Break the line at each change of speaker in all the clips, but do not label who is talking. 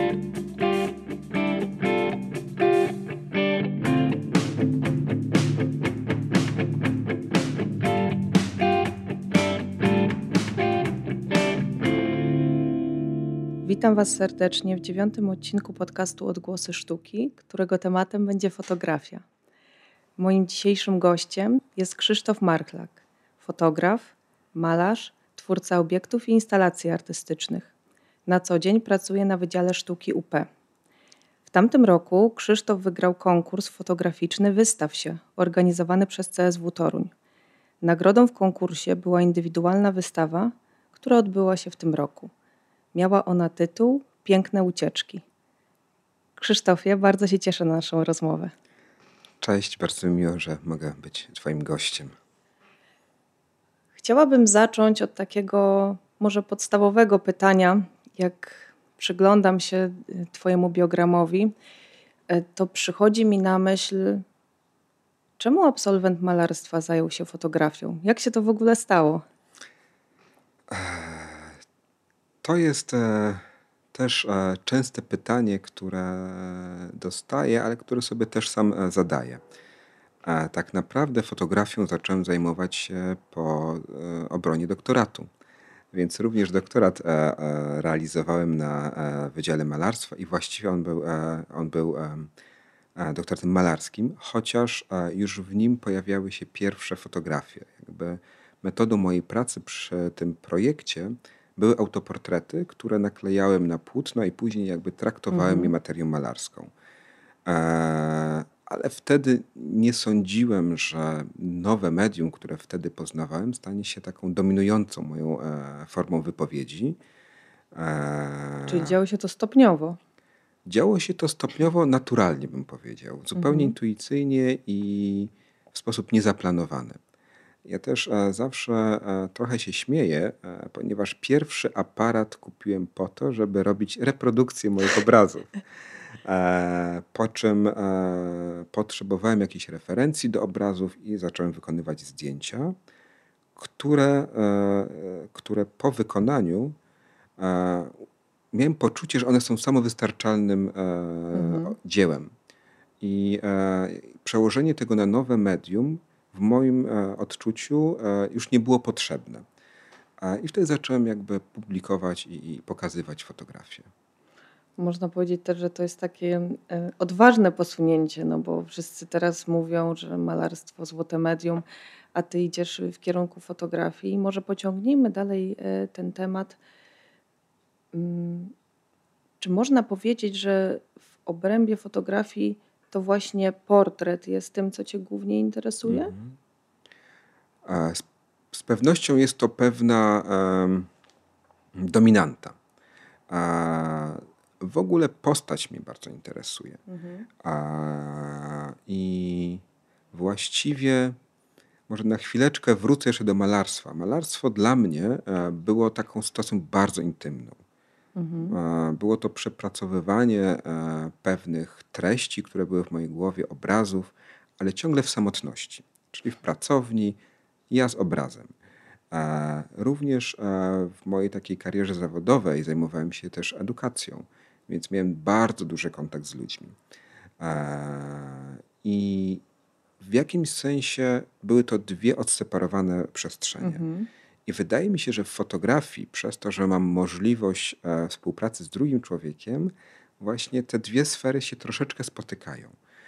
Witam Was serdecznie w 9. odcinku podcastu Odgłosy Sztuki, którego tematem będzie fotografia. Moim dzisiejszym gościem jest Krzysztof Marchlak, fotograf, malarz, twórca obiektów i instalacji artystycznych. Na co dzień pracuje na Wydziale Sztuki UP. W tamtym roku Krzysztof wygrał konkurs fotograficzny Wystaw się, organizowany przez CSW Toruń. Nagrodą w konkursie była indywidualna wystawa, która odbyła się w tym roku. Miała ona tytuł Piękne ucieczki. Krzysztofie, bardzo się cieszę na naszą rozmowę.
Cześć, bardzo mi miło, że mogę być Twoim gościem.
Chciałabym zacząć od takiego może podstawowego pytania. Jak przyglądam się Twojemu biogramowi, to przychodzi mi na myśl, czemu absolwent malarstwa zajął się fotografią? Jak się to w ogóle stało?
To jest też częste pytanie, które dostaję, ale które sobie też sam zadaję. Tak naprawdę fotografią zacząłem zajmować się po obronie doktoratu. Więc również doktorat realizowałem na Wydziale Malarstwa i właściwie on był doktoratem malarskim, chociaż już w nim pojawiały się pierwsze fotografie. Jakby metodą mojej pracy przy tym projekcie były autoportrety, które naklejałem na płótno i później jakby traktowałem je materią malarską. Ale wtedy nie sądziłem, że nowe medium, które wtedy poznawałem, stanie się taką dominującą moją formą wypowiedzi.
Czyli działo się to stopniowo?
Działo się to stopniowo, naturalnie bym powiedział. Zupełnie intuicyjnie i w sposób niezaplanowany. Ja też zawsze trochę się śmieję, ponieważ pierwszy aparat kupiłem po to, żeby robić reprodukcję moich obrazów. Po czym potrzebowałem jakichś referencji do obrazów i zacząłem wykonywać zdjęcia, które po wykonaniu miałem poczucie, że one są samowystarczalnym dziełem. I przełożenie tego na nowe medium w moim odczuciu już nie było potrzebne. I wtedy zacząłem jakby publikować i pokazywać fotografie.
Można powiedzieć też, że to jest takie odważne posunięcie, no bo wszyscy teraz mówią, że malarstwo złote medium, a ty idziesz w kierunku fotografii. Może pociągnijmy dalej ten temat. Czy można powiedzieć, że w obrębie fotografii to właśnie portret jest tym, co cię głównie interesuje?
Z pewnością jest to pewna dominanta. W ogóle postać mnie bardzo interesuje. I właściwie może na chwileczkę wrócę jeszcze do malarstwa. Malarstwo dla mnie było taką sytuacją bardzo intymną. Było to przepracowywanie pewnych treści, które były w mojej głowie, obrazów, ale ciągle w samotności, czyli w pracowni, ja z obrazem. Również w mojej takiej karierze zawodowej zajmowałem się też edukacją, więc miałem bardzo duży kontakt z ludźmi. I w jakimś sensie były to dwie odseparowane przestrzenie. I wydaje mi się, że w fotografii, przez to, że mam możliwość współpracy z drugim człowiekiem, właśnie te dwie sfery się troszeczkę spotykają.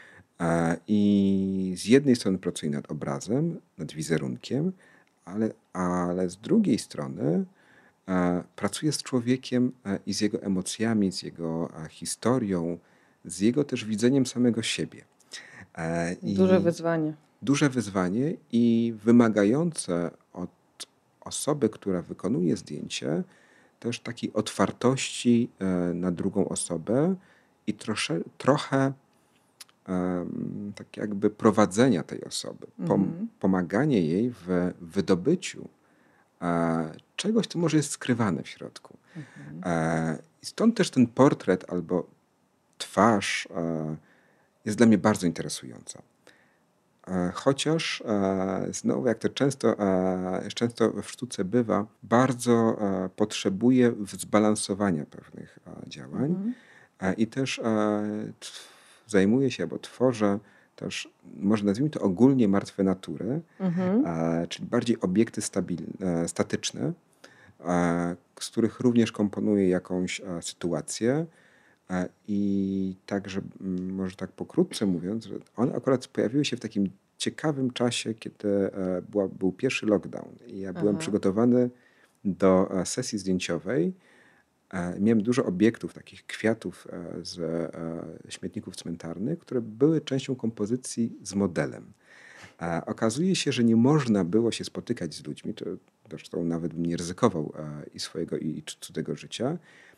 I z jednej strony pracuję nad obrazem, nad wizerunkiem, ale z drugiej strony pracuję z człowiekiem i z jego emocjami, z jego historią, z jego też widzeniem samego siebie.
Duże wyzwanie.
Duże wyzwanie i wymagające od osoby, która wykonuje zdjęcie, też takiej otwartości na drugą osobę i trochę tak jakby prowadzenia tej osoby, pomaganie jej w wydobyciu czegoś, co może jest skrywane w środku. I stąd też ten portret albo twarz jest dla mnie bardzo interesująca. Chociaż znowu, jak to często w sztuce bywa, bardzo potrzebuje zbalansowania pewnych działań. I też zajmuję się albo tworzę też, może nazwijmy to ogólnie martwe natury,
Mhm.
czyli bardziej obiekty statyczne, z których również komponuję jakąś sytuację. I także, może tak pokrótce mówiąc, że one akurat pojawiły się w takim ciekawym czasie, kiedy był pierwszy lockdown. I ja byłem
Aha.
przygotowany do sesji zdjęciowej. Miałem dużo obiektów, takich kwiatów z śmietników cmentarnych, które były częścią kompozycji z modelem. Okazuje się, że nie można było się spotykać z ludźmi, to zresztą nawet bym nie ryzykował i swojego, i cudzego życia.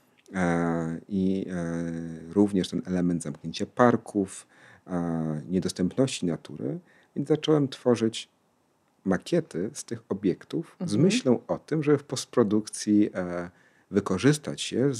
I również ten element zamknięcia parków, niedostępności natury, więc zacząłem tworzyć makiety z tych obiektów z
Mhm.
myślą o tym, żeby w postprodukcji wykorzystać je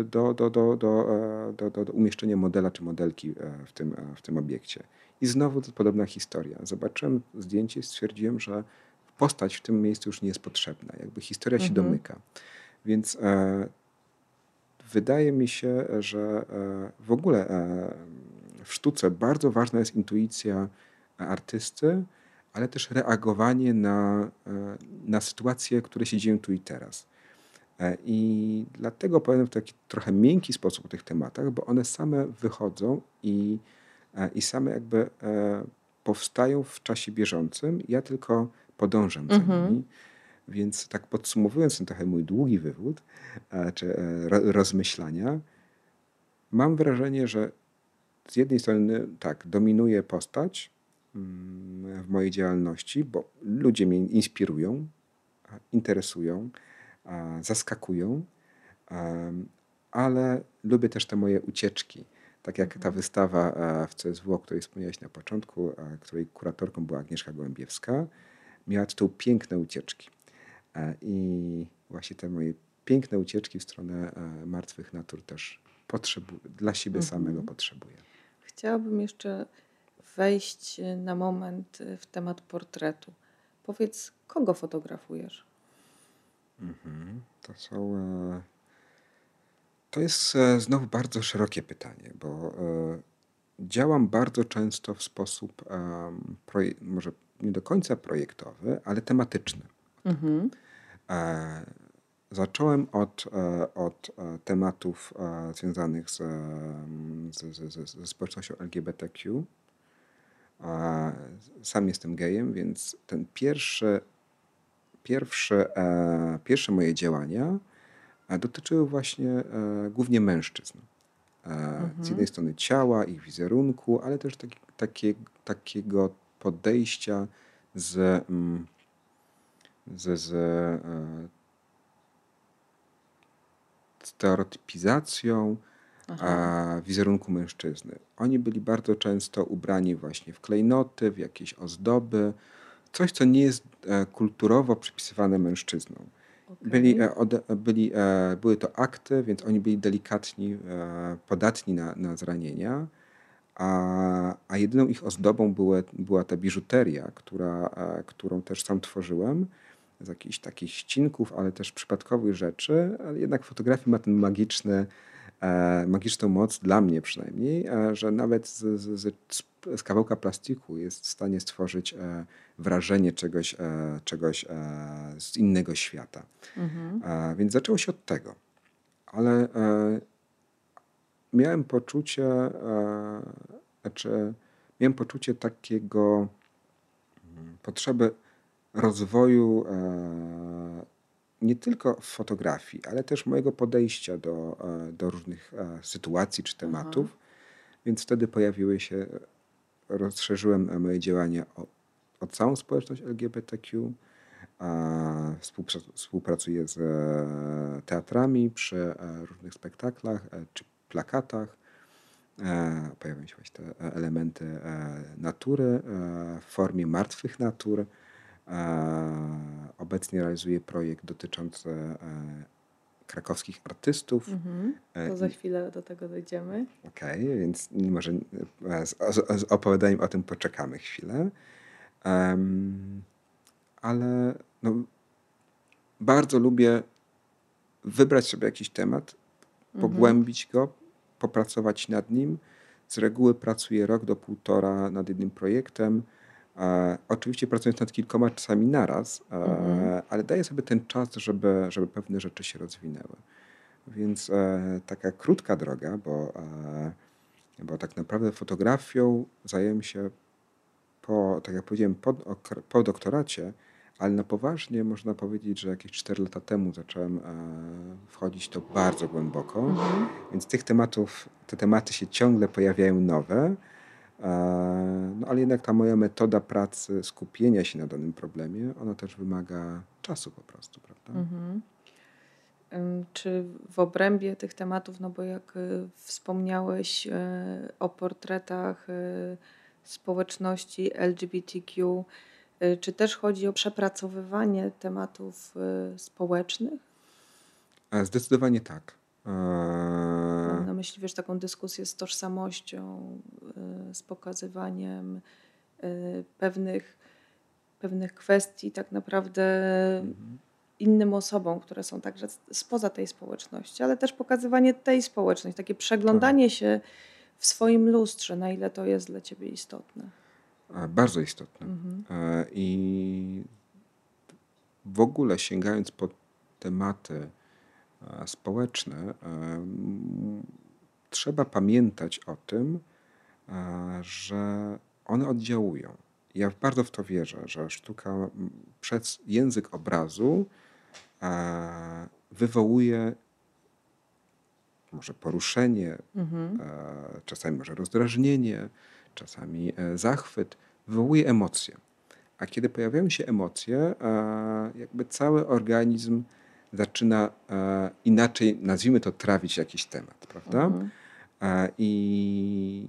do umieszczenia modela czy modelki w tym obiekcie. I znowu to podobna historia. Zobaczyłem zdjęcie i stwierdziłem, że postać w tym miejscu już nie jest potrzebna. Jakby historia się
Mhm.
domyka. Więc wydaje mi się, że w ogóle w sztuce bardzo ważna jest intuicja artysty, ale też reagowanie na sytuacje, które się dzieją tu i teraz. I dlatego powiem w taki trochę miękki sposób o tych tematach, bo one same wychodzą i same jakby powstają w czasie bieżącym. Ja tylko podążam za
Mhm.
nimi. Więc tak podsumowując ten trochę mój długi wywód, czy rozmyślania, mam wrażenie, że z jednej strony tak, dominuje postać w mojej działalności, bo ludzie mnie inspirują, interesują, zaskakują, ale lubię też te moje ucieczki. Tak jak ta
Mhm.
wystawa w CSW, o której wspomniałeś na początku, której kuratorką była Agnieszka Gołębiewska, miała tytuł Piękne ucieczki. I właśnie te moje piękne ucieczki w stronę martwych natur też dla siebie samego
Mhm.
potrzebuję.
Chciałabym jeszcze wejść na moment w temat portretu. Powiedz, kogo fotografujesz?
Mhm. To jest znowu bardzo szerokie pytanie, bo działam bardzo często w sposób może nie do końca projektowy, ale tematyczny.
Mhm.
Zacząłem od tematów związanych ze społecznością LGBTQ. Sam jestem gejem, więc ten pierwsze moje działania dotyczyły właśnie głównie mężczyzn. Z
Mhm.
jednej strony ciała, ich wizerunku, ale też takiego podejścia z, mm, z stereotypizacją
Aha.
wizerunku mężczyzny. Oni byli bardzo często ubrani właśnie w klejnoty, w jakieś ozdoby, coś, co nie jest kulturowo przypisywane mężczyznom.
Okej.
Były to akty, więc oni byli delikatni, podatni na zranienia, a jedyną ich ozdobą była ta biżuteria, którą też sam tworzyłem z jakichś takich ścinków, ale też przypadkowych rzeczy, ale jednak fotografia ma ten magiczną moc, dla mnie przynajmniej, że nawet z kawałka plastiku jest w stanie stworzyć wrażenie czegoś z innego świata.
Mhm.
Więc zaczęło się od tego. Ale miałem poczucie, miałem poczucie takiego potrzeby rozwoju nie tylko w fotografii, ale też mojego podejścia do różnych sytuacji czy
Aha.
tematów. Więc wtedy rozszerzyłem moje działania o całą społeczność LGBTQ. Współpracuję z teatrami przy różnych spektaklach czy plakatach. Pojawiają się właśnie te elementy natury w formie martwych natur. Obecnie realizuję projekt dotyczący krakowskich artystów.
Mhm. To za
I
chwilę do tego dojdziemy.
okej, więc może z opowiadaniem o tym poczekamy chwilę. Ale no, bardzo lubię wybrać sobie jakiś temat,
Mhm.
pogłębić go, popracować nad nim. Z reguły pracuję rok do półtora nad jednym projektem. Oczywiście pracując nad kilkoma czasami naraz, ale daję sobie ten czas, żeby pewne rzeczy się rozwinęły. Więc taka krótka droga, bo tak naprawdę fotografią zająłem się tak jak powiedziałem, po doktoracie, ale na poważnie można powiedzieć, że jakieś 4 lata temu zacząłem wchodzić w to bardzo głęboko. Więc te tematy się ciągle pojawiają nowe. No ale jednak ta moja metoda pracy, skupienia się na danym problemie, ona też wymaga czasu po prostu, prawda?
Czy w obrębie tych tematów, no bo jak wspomniałeś o portretach społeczności LGBTQ, czy też chodzi o przepracowywanie tematów społecznych?
Zdecydowanie tak.
Mam na myśli, wiesz, taką dyskusję z tożsamością, z pokazywaniem pewnych kwestii tak naprawdę innym osobom, które są także spoza tej społeczności, ale też pokazywanie tej społeczności, takie przeglądanie się w swoim lustrze, na ile to jest dla ciebie istotne.
Bardzo istotne. I w ogóle sięgając po tematy społeczne, trzeba pamiętać o tym, że one oddziałują. Ja bardzo w to wierzę, że sztuka przez język obrazu wywołuje może poruszenie, czasami może rozdrażnienie, czasami zachwyt, wywołuje emocje. A kiedy pojawiają się emocje, jakby cały organizm zaczyna inaczej, nazwijmy to, trawić jakiś temat, prawda? I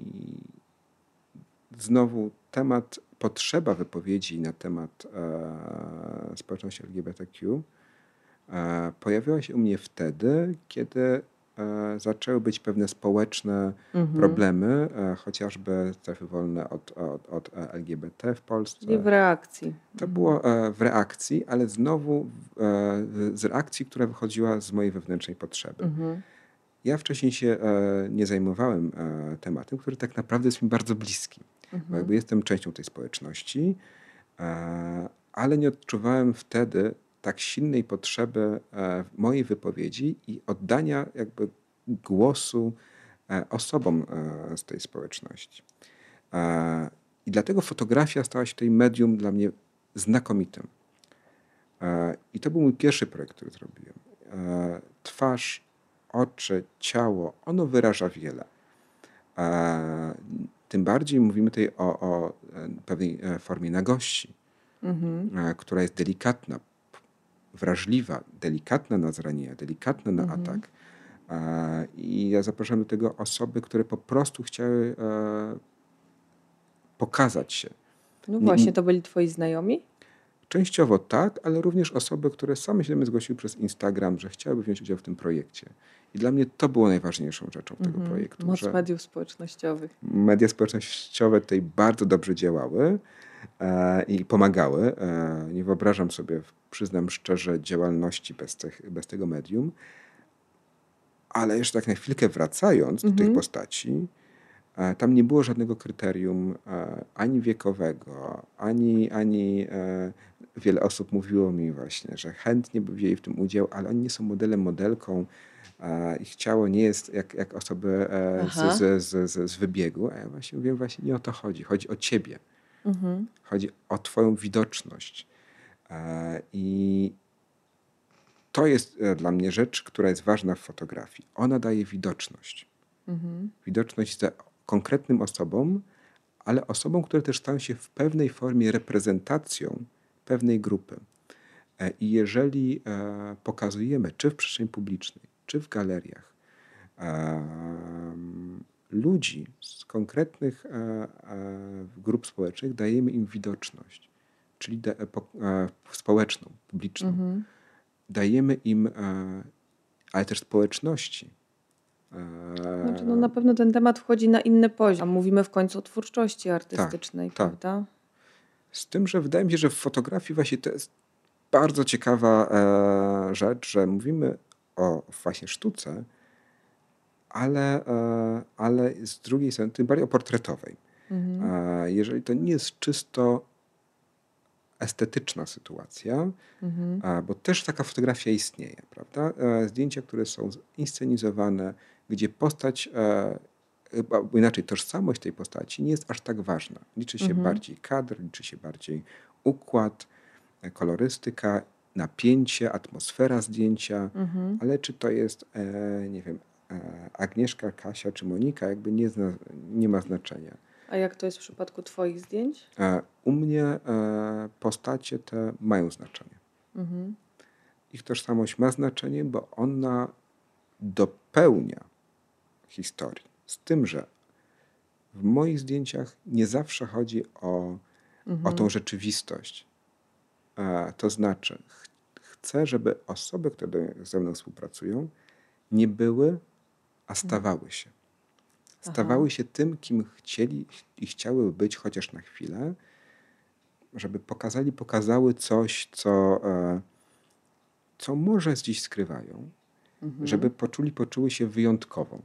znowu potrzeba wypowiedzi na temat społeczności LGBTQ pojawiła się u mnie wtedy, kiedy zaczęły być pewne społeczne problemy, chociażby strefy wolne od LGBT w Polsce.
Czyli w reakcji.
To było w reakcji, ale znowu z reakcji, która wychodziła z mojej wewnętrznej potrzeby. Ja wcześniej się nie zajmowałem tematem, który tak naprawdę jest mi bardzo bliski. Bo jakby jestem częścią tej społeczności, ale nie odczuwałem wtedy tak silnej potrzeby mojej wypowiedzi i oddania jakby głosu osobom z tej społeczności. I dlatego fotografia stała się tutaj medium dla mnie znakomitym. I to był mój pierwszy projekt, który zrobiłem. Twarz, oczy, ciało, ono wyraża wiele. Tym bardziej mówimy tutaj o pewnej formie nagości, która jest delikatna, wrażliwa, delikatna na zranienie, delikatna na atak. I ja zapraszam do tego osoby, które po prostu chciały pokazać się.
No właśnie, to byli twoi znajomi?
Częściowo tak, ale również osoby, które same się do mnie zgłosiły przez Instagram, że chciałyby wziąć udział w tym projekcie. I dla mnie to było najważniejszą rzeczą tego projektu.
Moc mediów społecznościowych.
Media społecznościowe tutaj bardzo dobrze działały i pomagały. Nie wyobrażam sobie, przyznam szczerze, działalności bez tego medium. Ale jeszcze tak na chwilkę wracając do tych postaci, tam nie było żadnego kryterium ani wiekowego, ani wiele osób mówiło mi właśnie, że chętnie by wzięli w tym udział, ale oni nie są modelem, modelką. Ich ciało nie jest jak osoby z wybiegu. A ja właśnie mówię, właśnie nie o to chodzi. Chodzi o ciebie. Chodzi o twoją widoczność. I to jest dla mnie rzecz, która jest ważna w fotografii. Ona daje widoczność. Widoczność za konkretnym osobom, ale osobom, które też stają się w pewnej formie reprezentacją pewnej grupy. I jeżeli pokazujemy, czy w przestrzeni publicznej, czy w galeriach, ludzi z konkretnych grup społecznych, dajemy im widoczność, czyli społeczną, publiczną. Dajemy im, ale też społeczności.
Znaczy, no na pewno ten temat wchodzi na inny poziom. Mówimy w końcu o twórczości artystycznej, prawda?
Z tym, że wydaje mi się, że w fotografii właśnie to jest bardzo ciekawa rzecz, że mówimy o właśnie sztuce, ale z drugiej strony, tym bardziej o portretowej.
Mhm.
Jeżeli to nie jest czysto estetyczna sytuacja,
Mhm.
bo też taka fotografia istnieje, prawda? Zdjęcia, które są inscenizowane, gdzie postać, bo inaczej tożsamość tej postaci nie jest aż tak ważna. Liczy się
Mhm.
bardziej kadr, liczy się bardziej układ, kolorystyka, napięcie, atmosfera zdjęcia,
Mhm.
ale czy to jest, nie wiem, Agnieszka, Kasia czy Monika, jakby nie ma znaczenia.
A jak to jest w przypadku Twoich zdjęć?
U mnie postacie te mają znaczenie.
Mhm.
Ich tożsamość ma znaczenie, bo ona dopełnia historii. Z tym, że w moich zdjęciach nie zawsze chodzi o tą
Mhm.
rzeczywistość. To znaczy, chcę, żeby osoby, które ze mną współpracują, nie były, a stawały się.
Aha.
Stawały się tym, kim chcieli i chciały być chociaż na chwilę, żeby pokazały coś, co może gdzieś skrywają, żeby
Mhm.
poczuły się wyjątkowo.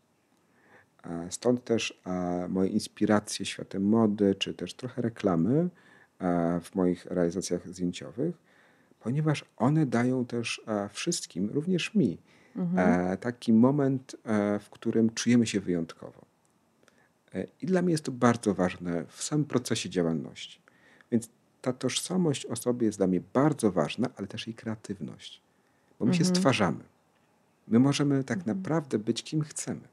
Stąd też moje inspiracje światem mody, czy też trochę reklamy w moich realizacjach zdjęciowych, ponieważ one dają też wszystkim, również mi,
Mhm.
taki moment, w którym czujemy się wyjątkowo. I dla mnie jest to bardzo ważne w samym procesie działalności. Więc ta tożsamość osoby jest dla mnie bardzo ważna, ale też jej kreatywność, bo my się
Mhm.
stwarzamy. My możemy tak
Mhm.
naprawdę być kim chcemy.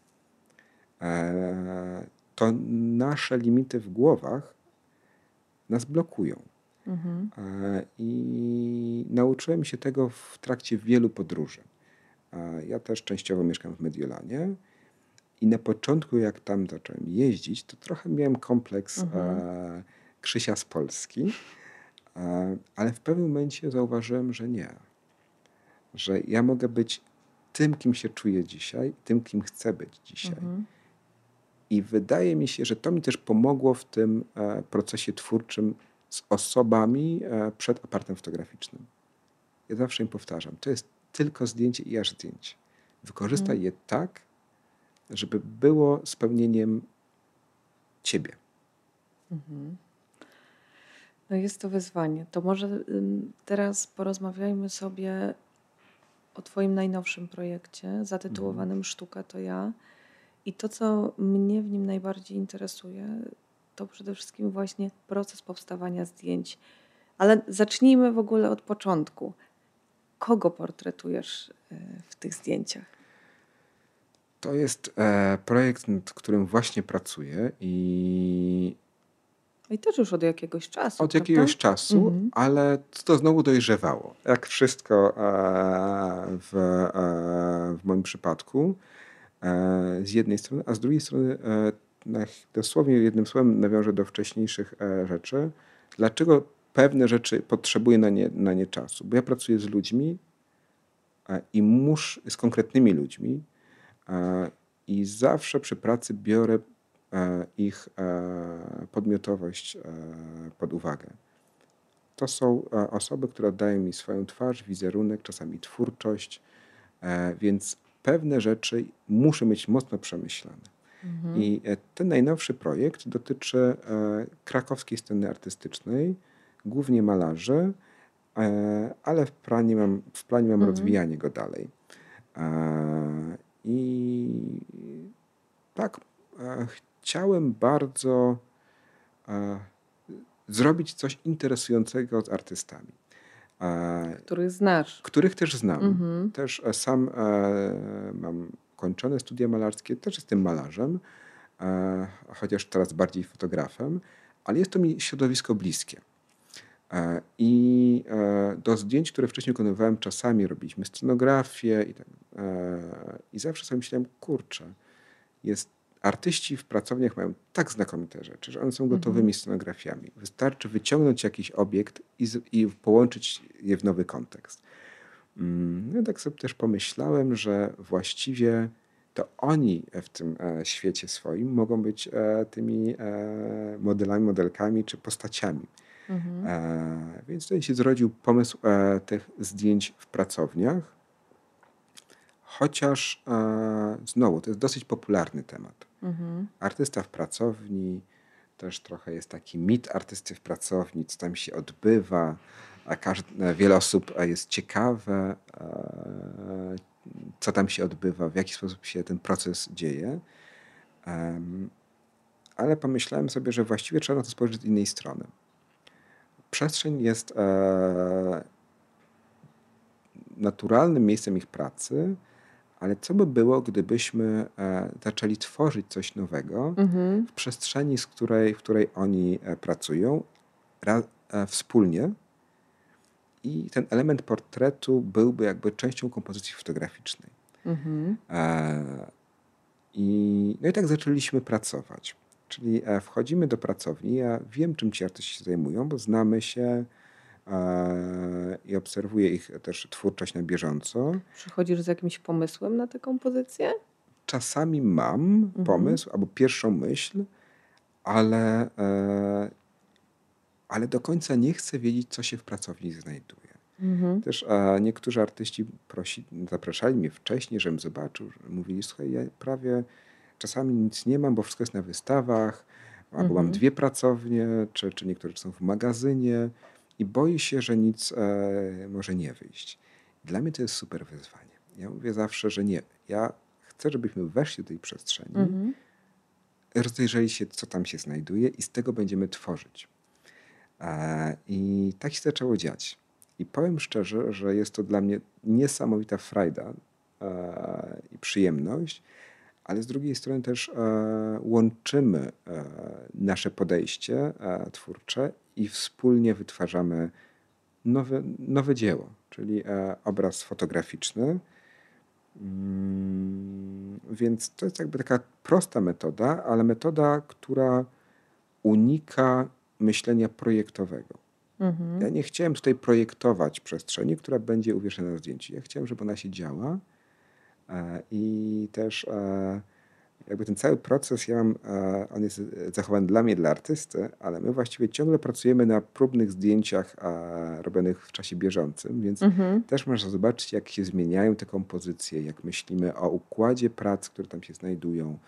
To nasze limity w głowach nas blokują.
Mhm.
I nauczyłem się tego w trakcie wielu podróży. Ja też częściowo mieszkam w Mediolanie i na początku, jak tam zacząłem jeździć, to trochę miałem kompleks
Mhm.
Krzysia z Polski, ale w pewnym momencie zauważyłem, że nie. Że ja mogę być tym, kim się czuję dzisiaj, tym, kim chcę być dzisiaj.
Mhm.
I wydaje mi się, że to mi też pomogło w tym procesie twórczym z osobami przed aparatem fotograficznym. Ja zawsze im powtarzam, to jest tylko zdjęcie i aż zdjęcie. Wykorzystaj
Mhm.
je tak, żeby było spełnieniem ciebie.
Mhm. No jest to wyzwanie. To może teraz porozmawiajmy sobie o Twoim najnowszym projekcie zatytułowanym Sztuka to ja. I to, co mnie w nim najbardziej interesuje, to przede wszystkim właśnie proces powstawania zdjęć. Ale zacznijmy w ogóle od początku. Kogo portretujesz w tych zdjęciach?
To jest projekt, nad którym właśnie pracuję i
No i też już od jakiegoś czasu,
od
prawda?
jakiegoś czasu,
Mhm.
ale to znowu dojrzewało. Jak wszystko w moim przypadku. Z jednej strony, a z drugiej strony dosłownie jednym słowem nawiążę do wcześniejszych rzeczy. Dlaczego pewne rzeczy potrzebuję na nie czasu? Bo ja pracuję z ludźmi i z konkretnymi ludźmi i zawsze przy pracy biorę ich podmiotowość pod uwagę. To są osoby, które oddają mi swoją twarz, wizerunek, czasami twórczość, więc pewne rzeczy muszę mieć mocno przemyślane.
Mhm.
I ten najnowszy projekt dotyczy krakowskiej sceny artystycznej, głównie malarzy, ale w planie mam
Mhm.
rozwijanie go dalej. I tak, chciałem bardzo zrobić coś interesującego z artystami,
Których znasz.
których też znam.
Mhm.
Też sam mam kończone studia malarskie, też jestem malarzem, chociaż teraz bardziej fotografem, ale jest to mi środowisko bliskie. I do zdjęć, które wcześniej wykonywałem, czasami robiliśmy scenografię i zawsze sobie myślałem, kurczę, artyści w pracowniach mają tak znakomite rzeczy, że one są gotowymi scenografiami. Wystarczy wyciągnąć jakiś obiekt i połączyć je w nowy kontekst. No i tak sobie też pomyślałem, że właściwie to oni w tym świecie swoim mogą być tymi modelami, modelkami czy postaciami.
Mhm.
Więc tutaj się zrodził pomysł tych zdjęć w pracowniach. Chociaż znowu, to jest dosyć popularny temat.
Mhm.
Artysta w pracowni, też trochę jest taki mit artysty w pracowni, co tam się odbywa, a wiele osób jest ciekawe, co tam się odbywa, w jaki sposób się ten proces dzieje. Ale pomyślałem sobie, że właściwie trzeba na to spojrzeć z innej strony. Przestrzeń jest naturalnym miejscem ich pracy, ale co by było, gdybyśmy zaczęli tworzyć coś nowego w przestrzeni, w której oni pracują wspólnie, i ten element portretu byłby jakby częścią kompozycji fotograficznej. No i tak zaczęliśmy pracować. Czyli wchodzimy do pracowni, ja wiem, czym ci artyści się zajmują, bo znamy się i obserwuję ich też twórczość na bieżąco.
Przychodzisz z jakimś pomysłem na tę kompozycję?
Czasami mam pomysł albo pierwszą myśl, ale do końca nie chcę wiedzieć, co się w pracowni znajduje. Też niektórzy artyści zapraszali mnie wcześniej, żebym zobaczył, że mówili, słuchaj, ja prawie czasami nic nie mam, bo wszystko jest na wystawach, albo mam 2 pracownie, czy niektórzy są w magazynie i boję się, że nic może nie wyjść. Dla mnie to jest super wyzwanie. Ja mówię zawsze, że nie. Ja chcę, żebyśmy weszli do tej przestrzeni, rozejrzeli się, co tam się znajduje i z tego będziemy tworzyć. I tak się zaczęło dziać. I powiem szczerze, że jest to dla mnie niesamowita frajda i przyjemność, ale z drugiej strony też łączymy nasze podejście twórcze i wspólnie wytwarzamy nowe dzieło, czyli obraz fotograficzny. Więc to jest jakby taka prosta metoda, ale metoda, która unika myślenia projektowego. Ja nie chciałem tutaj projektować przestrzeni, która będzie uwieszona na zdjęciu. Ja chciałem, żeby ona się działa i też jakby ten cały proces, on jest zachowany dla mnie, dla artysty, ale my właściwie ciągle pracujemy na próbnych zdjęciach robionych w czasie bieżącym, więc też można zobaczyć, jak się zmieniają te kompozycje, jak myślimy o układzie prac, które tam się znajdują.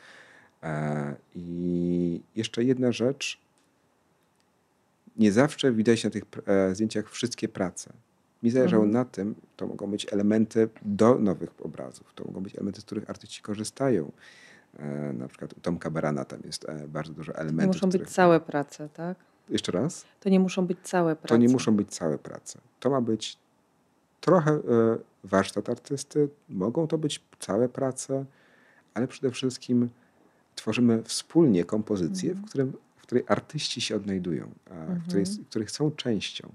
I jeszcze jedna rzecz. Nie zawsze widać na tych zdjęciach wszystkie prace. Mi zależało na tym, to mogą być elementy do nowych obrazów, to mogą być elementy, z których artyści korzystają. Na przykład u Tomka Barana tam jest bardzo dużo elementów.
Nie muszą być całe prace, tak?
Jeszcze raz?
To nie muszą być całe prace.
To nie muszą być całe prace. To ma być trochę warsztat artysty, mogą to być całe prace, ale przede wszystkim tworzymy wspólnie kompozycję, w której artyści się odnajdują, których są częścią.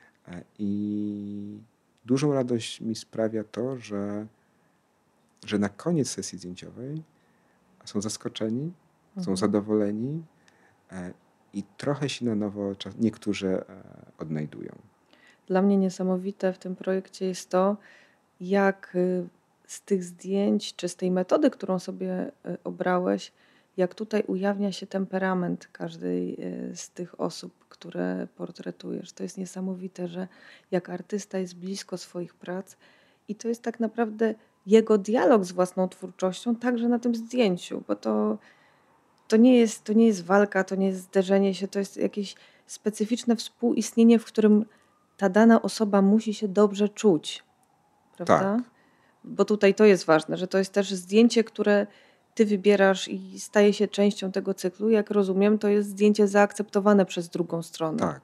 I dużą radość mi sprawia to, że na koniec sesji zdjęciowej są zaskoczeni, są zadowoleni i trochę się na nowo niektórzy odnajdują.
Dla mnie niesamowite w tym projekcie jest to, jak z tych zdjęć, czy z tej metody, którą sobie obrałeś, jak tutaj ujawnia się temperament każdej z tych osób, które portretujesz. To jest niesamowite, że jak artysta jest blisko swoich prac i to jest tak naprawdę jego dialog z własną twórczością, także na tym zdjęciu, bo to nie jest walka, to nie jest zderzenie się, to jest jakieś specyficzne współistnienie, w którym ta dana osoba musi się dobrze czuć, prawda?
Tak.
Bo tutaj to jest ważne, że to jest też zdjęcie, które ty wybierasz i staje się częścią tego cyklu. Jak rozumiem, to jest zdjęcie zaakceptowane przez drugą stronę.
Tak.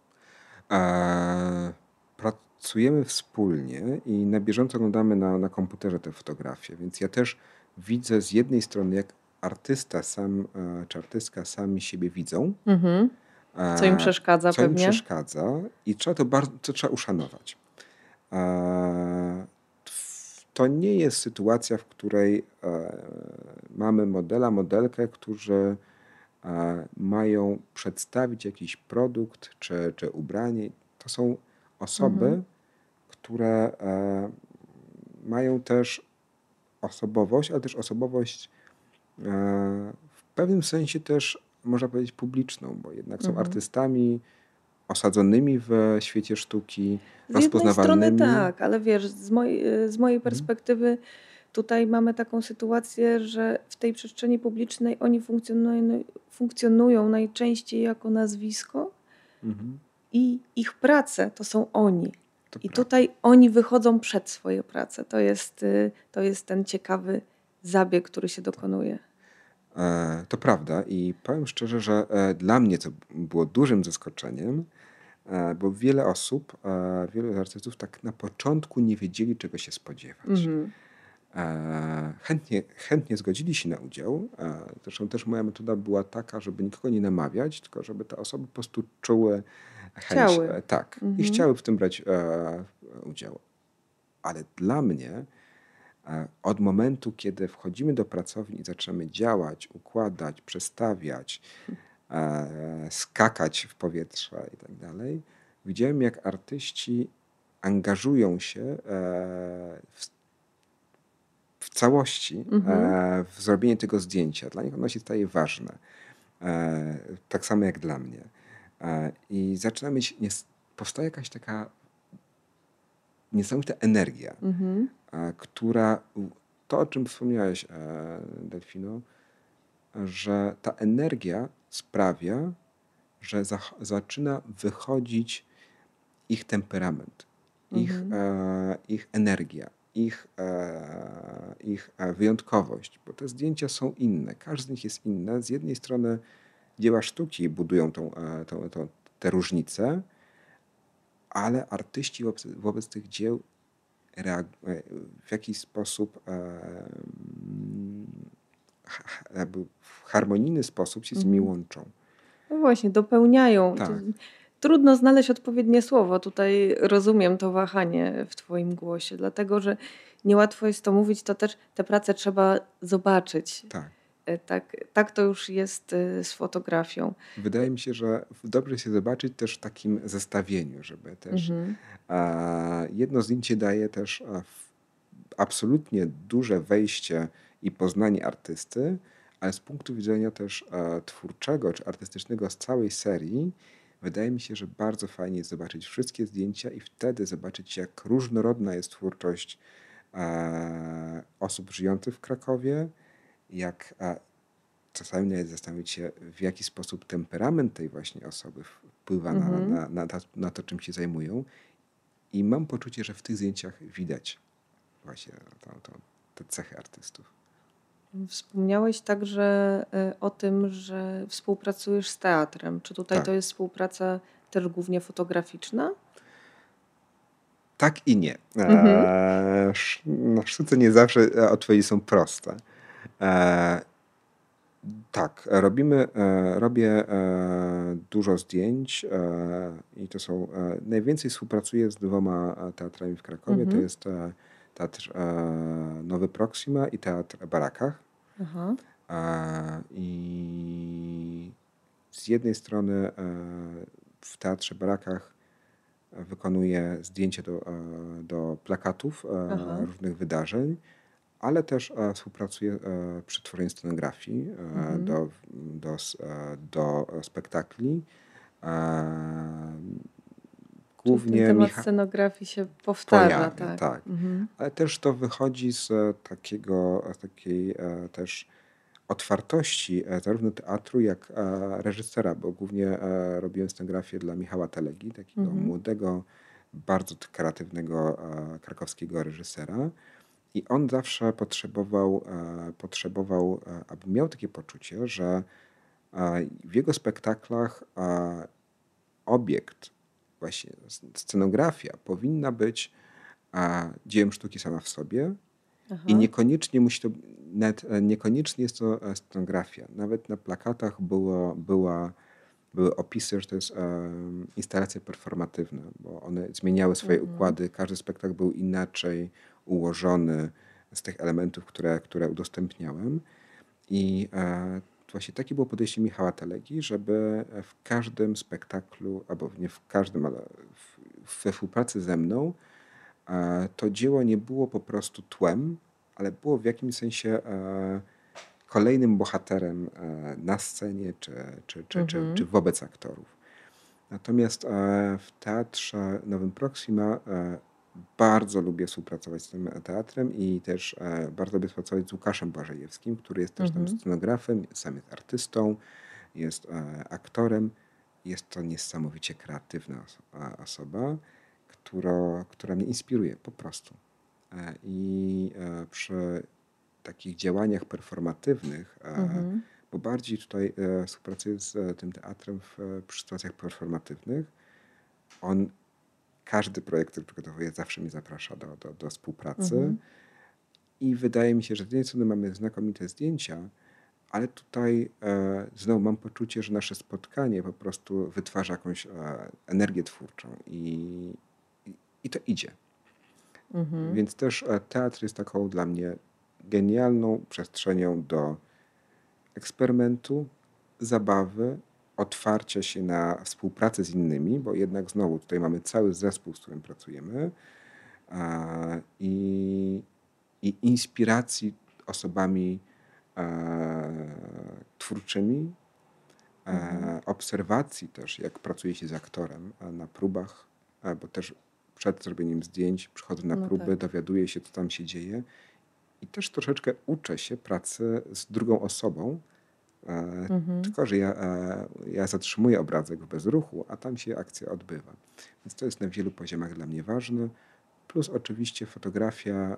Pracujemy wspólnie i na bieżąco oglądamy na komputerze te fotografie, więc ja też widzę z jednej strony, jak artysta sam czy artystka sami siebie widzą.
Co im przeszkadza
co
pewnie.
im przeszkadza i to trzeba uszanować. To nie jest sytuacja, w której mamy modelkę, którzy mają przedstawić jakiś produkt czy ubranie. To są osoby, które mają też osobowość, ale też osobowość w pewnym sensie też można powiedzieć publiczną, bo jednak są artystami osadzonymi w świecie sztuki,
Z jednej strony
rozpoznawalnymi.
tak, ale wiesz, z mojej perspektywy tutaj mamy taką sytuację, że w tej przestrzeni publicznej oni funkcjonują najczęściej jako nazwisko
Mhm.
i ich prace to są oni.
To
I
prawda.
tutaj oni wychodzą przed swoje prace. To jest ten ciekawy zabieg, który się dokonuje.
To prawda i powiem szczerze, że dla mnie to było dużym zaskoczeniem, bo wiele osób, wielu artystów tak na początku nie wiedzieli, czego się spodziewać.
Mhm.
Chętnie zgodzili się na udział. Zresztą też moja metoda była taka, żeby nikogo nie namawiać, tylko żeby te osoby po prostu czuły chęć,
Chciały.
tak, i
Mhm.
chciały w tym brać udział. Ale dla mnie od momentu, kiedy wchodzimy do pracowni i zaczynamy działać, układać, przestawiać, skakać w powietrze i tak dalej, widziałem, jak artyści angażują się w całości w zrobienie tego zdjęcia. Dla nich ono się staje ważne. Tak samo jak dla mnie. I zaczyna mieć, powstaje jakaś taka niesamowita energia, która, to o czym wspomniałeś, Delfino, że ta energia sprawia, że zaczyna wychodzić ich temperament, ich energia, ich wyjątkowość, bo te zdjęcia są inne. Każde z nich jest inne. Z jednej strony dzieła sztuki budują te różnice, ale artyści wobec tych dzieł w jakiś sposób jakby w harmonijny sposób się z nimi łączą.
No właśnie, dopełniają.
Tak.
Trudno znaleźć odpowiednie słowo. Tutaj rozumiem to wahanie w twoim głosie, dlatego że niełatwo jest to mówić, to też te prace trzeba zobaczyć.
Tak.
Tak to już jest z fotografią.
Wydaje mi się, że dobrze się zobaczyć też w takim zestawieniu, żeby też jedno zdjęcie daje też absolutnie duże wejście i poznanie artysty, ale z punktu widzenia też twórczego czy artystycznego z całej serii, wydaje mi się, że bardzo fajnie jest zobaczyć wszystkie zdjęcia i wtedy zobaczyć, jak różnorodna jest twórczość osób żyjących w Krakowie, jak czasami nawet zastanowić się, w jaki sposób temperament tej właśnie osoby wpływa na to, czym się zajmują. I mam poczucie, że w tych zdjęciach widać właśnie te cechy artystów.
Wspomniałeś także o tym, że współpracujesz z teatrem. Czy tutaj
Tak.
to jest współpraca też głównie fotograficzna?
Tak i nie. Na sztuce nie zawsze odpowiedzi są proste. Tak, robię dużo zdjęć i to są, najwięcej współpracuję z 2 teatrami w Krakowie. To jest Teatr Nowy Proxima i Teatr Barakach. I z jednej strony w Teatrze Barakach wykonuję zdjęcia do plakatów różnych wydarzeń, ale też współpracuję przy tworzeniu scenografii do spektakli.
Głównie ten temat scenografii się powtarza.
Pojawia, tak. Ale też to wychodzi z takiej też otwartości zarówno teatru, jak reżysera, bo głównie robiłem scenografię dla Michała Telegi, takiego młodego, bardzo kreatywnego krakowskiego reżysera. I on zawsze potrzebował, aby miał takie poczucie, że w jego spektaklach obiekt, właśnie scenografia powinna być dziełem sztuki sama w sobie i niekoniecznie niekoniecznie jest to scenografia. Nawet na plakatach były opisy, że to jest instalacja performatywna, bo one zmieniały swoje układy. Każdy spektakl był inaczej ułożony z tych elementów, które udostępniałem. I właśnie takie było podejście Michała Telegi, żeby w każdym spektaklu, albo nie w każdym, ale we współpracy ze mną, to dzieło nie było po prostu tłem, ale było w jakimś sensie kolejnym bohaterem na scenie czy wobec aktorów. Natomiast w Teatrze Nowym Proxima Bardzo lubię współpracować z tym teatrem i też bardzo lubię współpracować z Łukaszem Błażejewskim, który jest też tam
Mhm.
scenografem, sam jest artystą, jest aktorem. Jest to niesamowicie kreatywna osoba, która mnie inspiruje po prostu. I przy takich działaniach performatywnych,
Mhm.
bo bardziej tutaj współpracuję z tym teatrem przy sytuacjach performatywnych. Każdy projekt, który przygotowuje, zawsze mnie zaprasza do współpracy.
Mhm.
I wydaje mi się, że z jednej strony mamy znakomite zdjęcia, ale tutaj znowu mam poczucie, że nasze spotkanie po prostu wytwarza jakąś energię twórczą i to idzie.
Mhm.
Więc też teatr jest taką dla mnie genialną przestrzenią do eksperymentu, zabawy, otwarcia się na współpracę z innymi, bo jednak znowu tutaj mamy cały zespół, z którym pracujemy i, i inspiracji osobami twórczymi,
Mhm.
obserwacji też, jak pracuje się z aktorem na próbach, bo też przed zrobieniem zdjęć przychodzę na
No tak.
próby, dowiaduję się, co tam się dzieje i też troszeczkę uczę się pracy z drugą osobą,
Mhm.
tylko że ja zatrzymuję obrazek w bezruchu, a tam się akcja odbywa. Więc to jest na wielu poziomach dla mnie ważne. Plus oczywiście fotografia,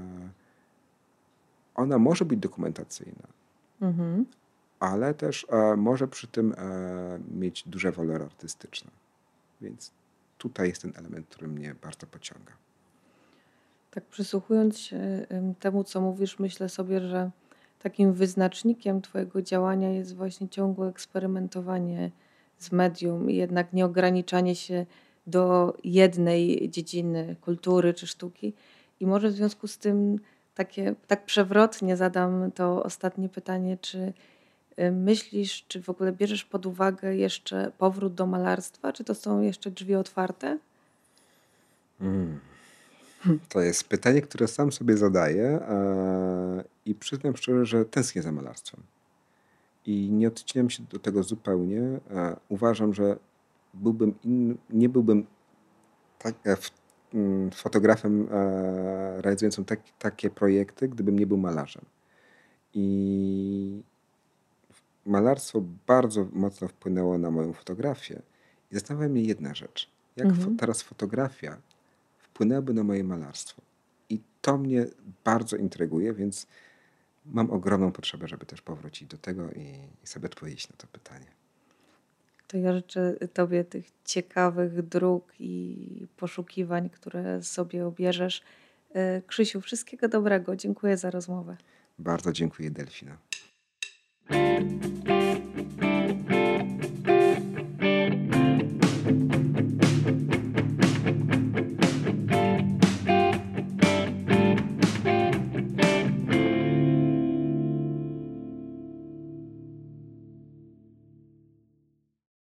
ona może być dokumentacyjna,
Mhm.
ale też może przy tym mieć duże walory artystyczne. Więc tutaj jest ten element, który mnie bardzo pociąga.
Tak przysłuchując się temu, co mówisz, myślę sobie, że takim wyznacznikiem Twojego działania jest właśnie ciągłe eksperymentowanie z medium i jednak nie ograniczanie się do jednej dziedziny kultury czy sztuki. I może w związku z tym tak przewrotnie zadam to ostatnie pytanie, czy myślisz, czy w ogóle bierzesz pod uwagę jeszcze powrót do malarstwa, czy to są jeszcze drzwi otwarte?
Mm. To jest pytanie, które sam sobie zadaję i przyznam szczerze, że tęsknię za malarstwem. I nie odcinam się do tego zupełnie. Uważam, że nie byłbym tak, fotografem realizującym takie projekty, gdybym nie był malarzem. I malarstwo bardzo mocno wpłynęło na moją fotografię. I zastanawia mnie jedna rzecz. Jak
Mhm.
teraz fotografia wpłynęłaby na moje malarstwo? I to mnie bardzo intryguje, więc mam ogromną potrzebę, żeby też powrócić do tego i sobie odpowiedzieć na to pytanie.
To ja życzę Tobie tych ciekawych dróg i poszukiwań, które sobie obierzesz. Krzysiu, wszystkiego dobrego. Dziękuję za rozmowę.
Bardzo dziękuję, Delfino.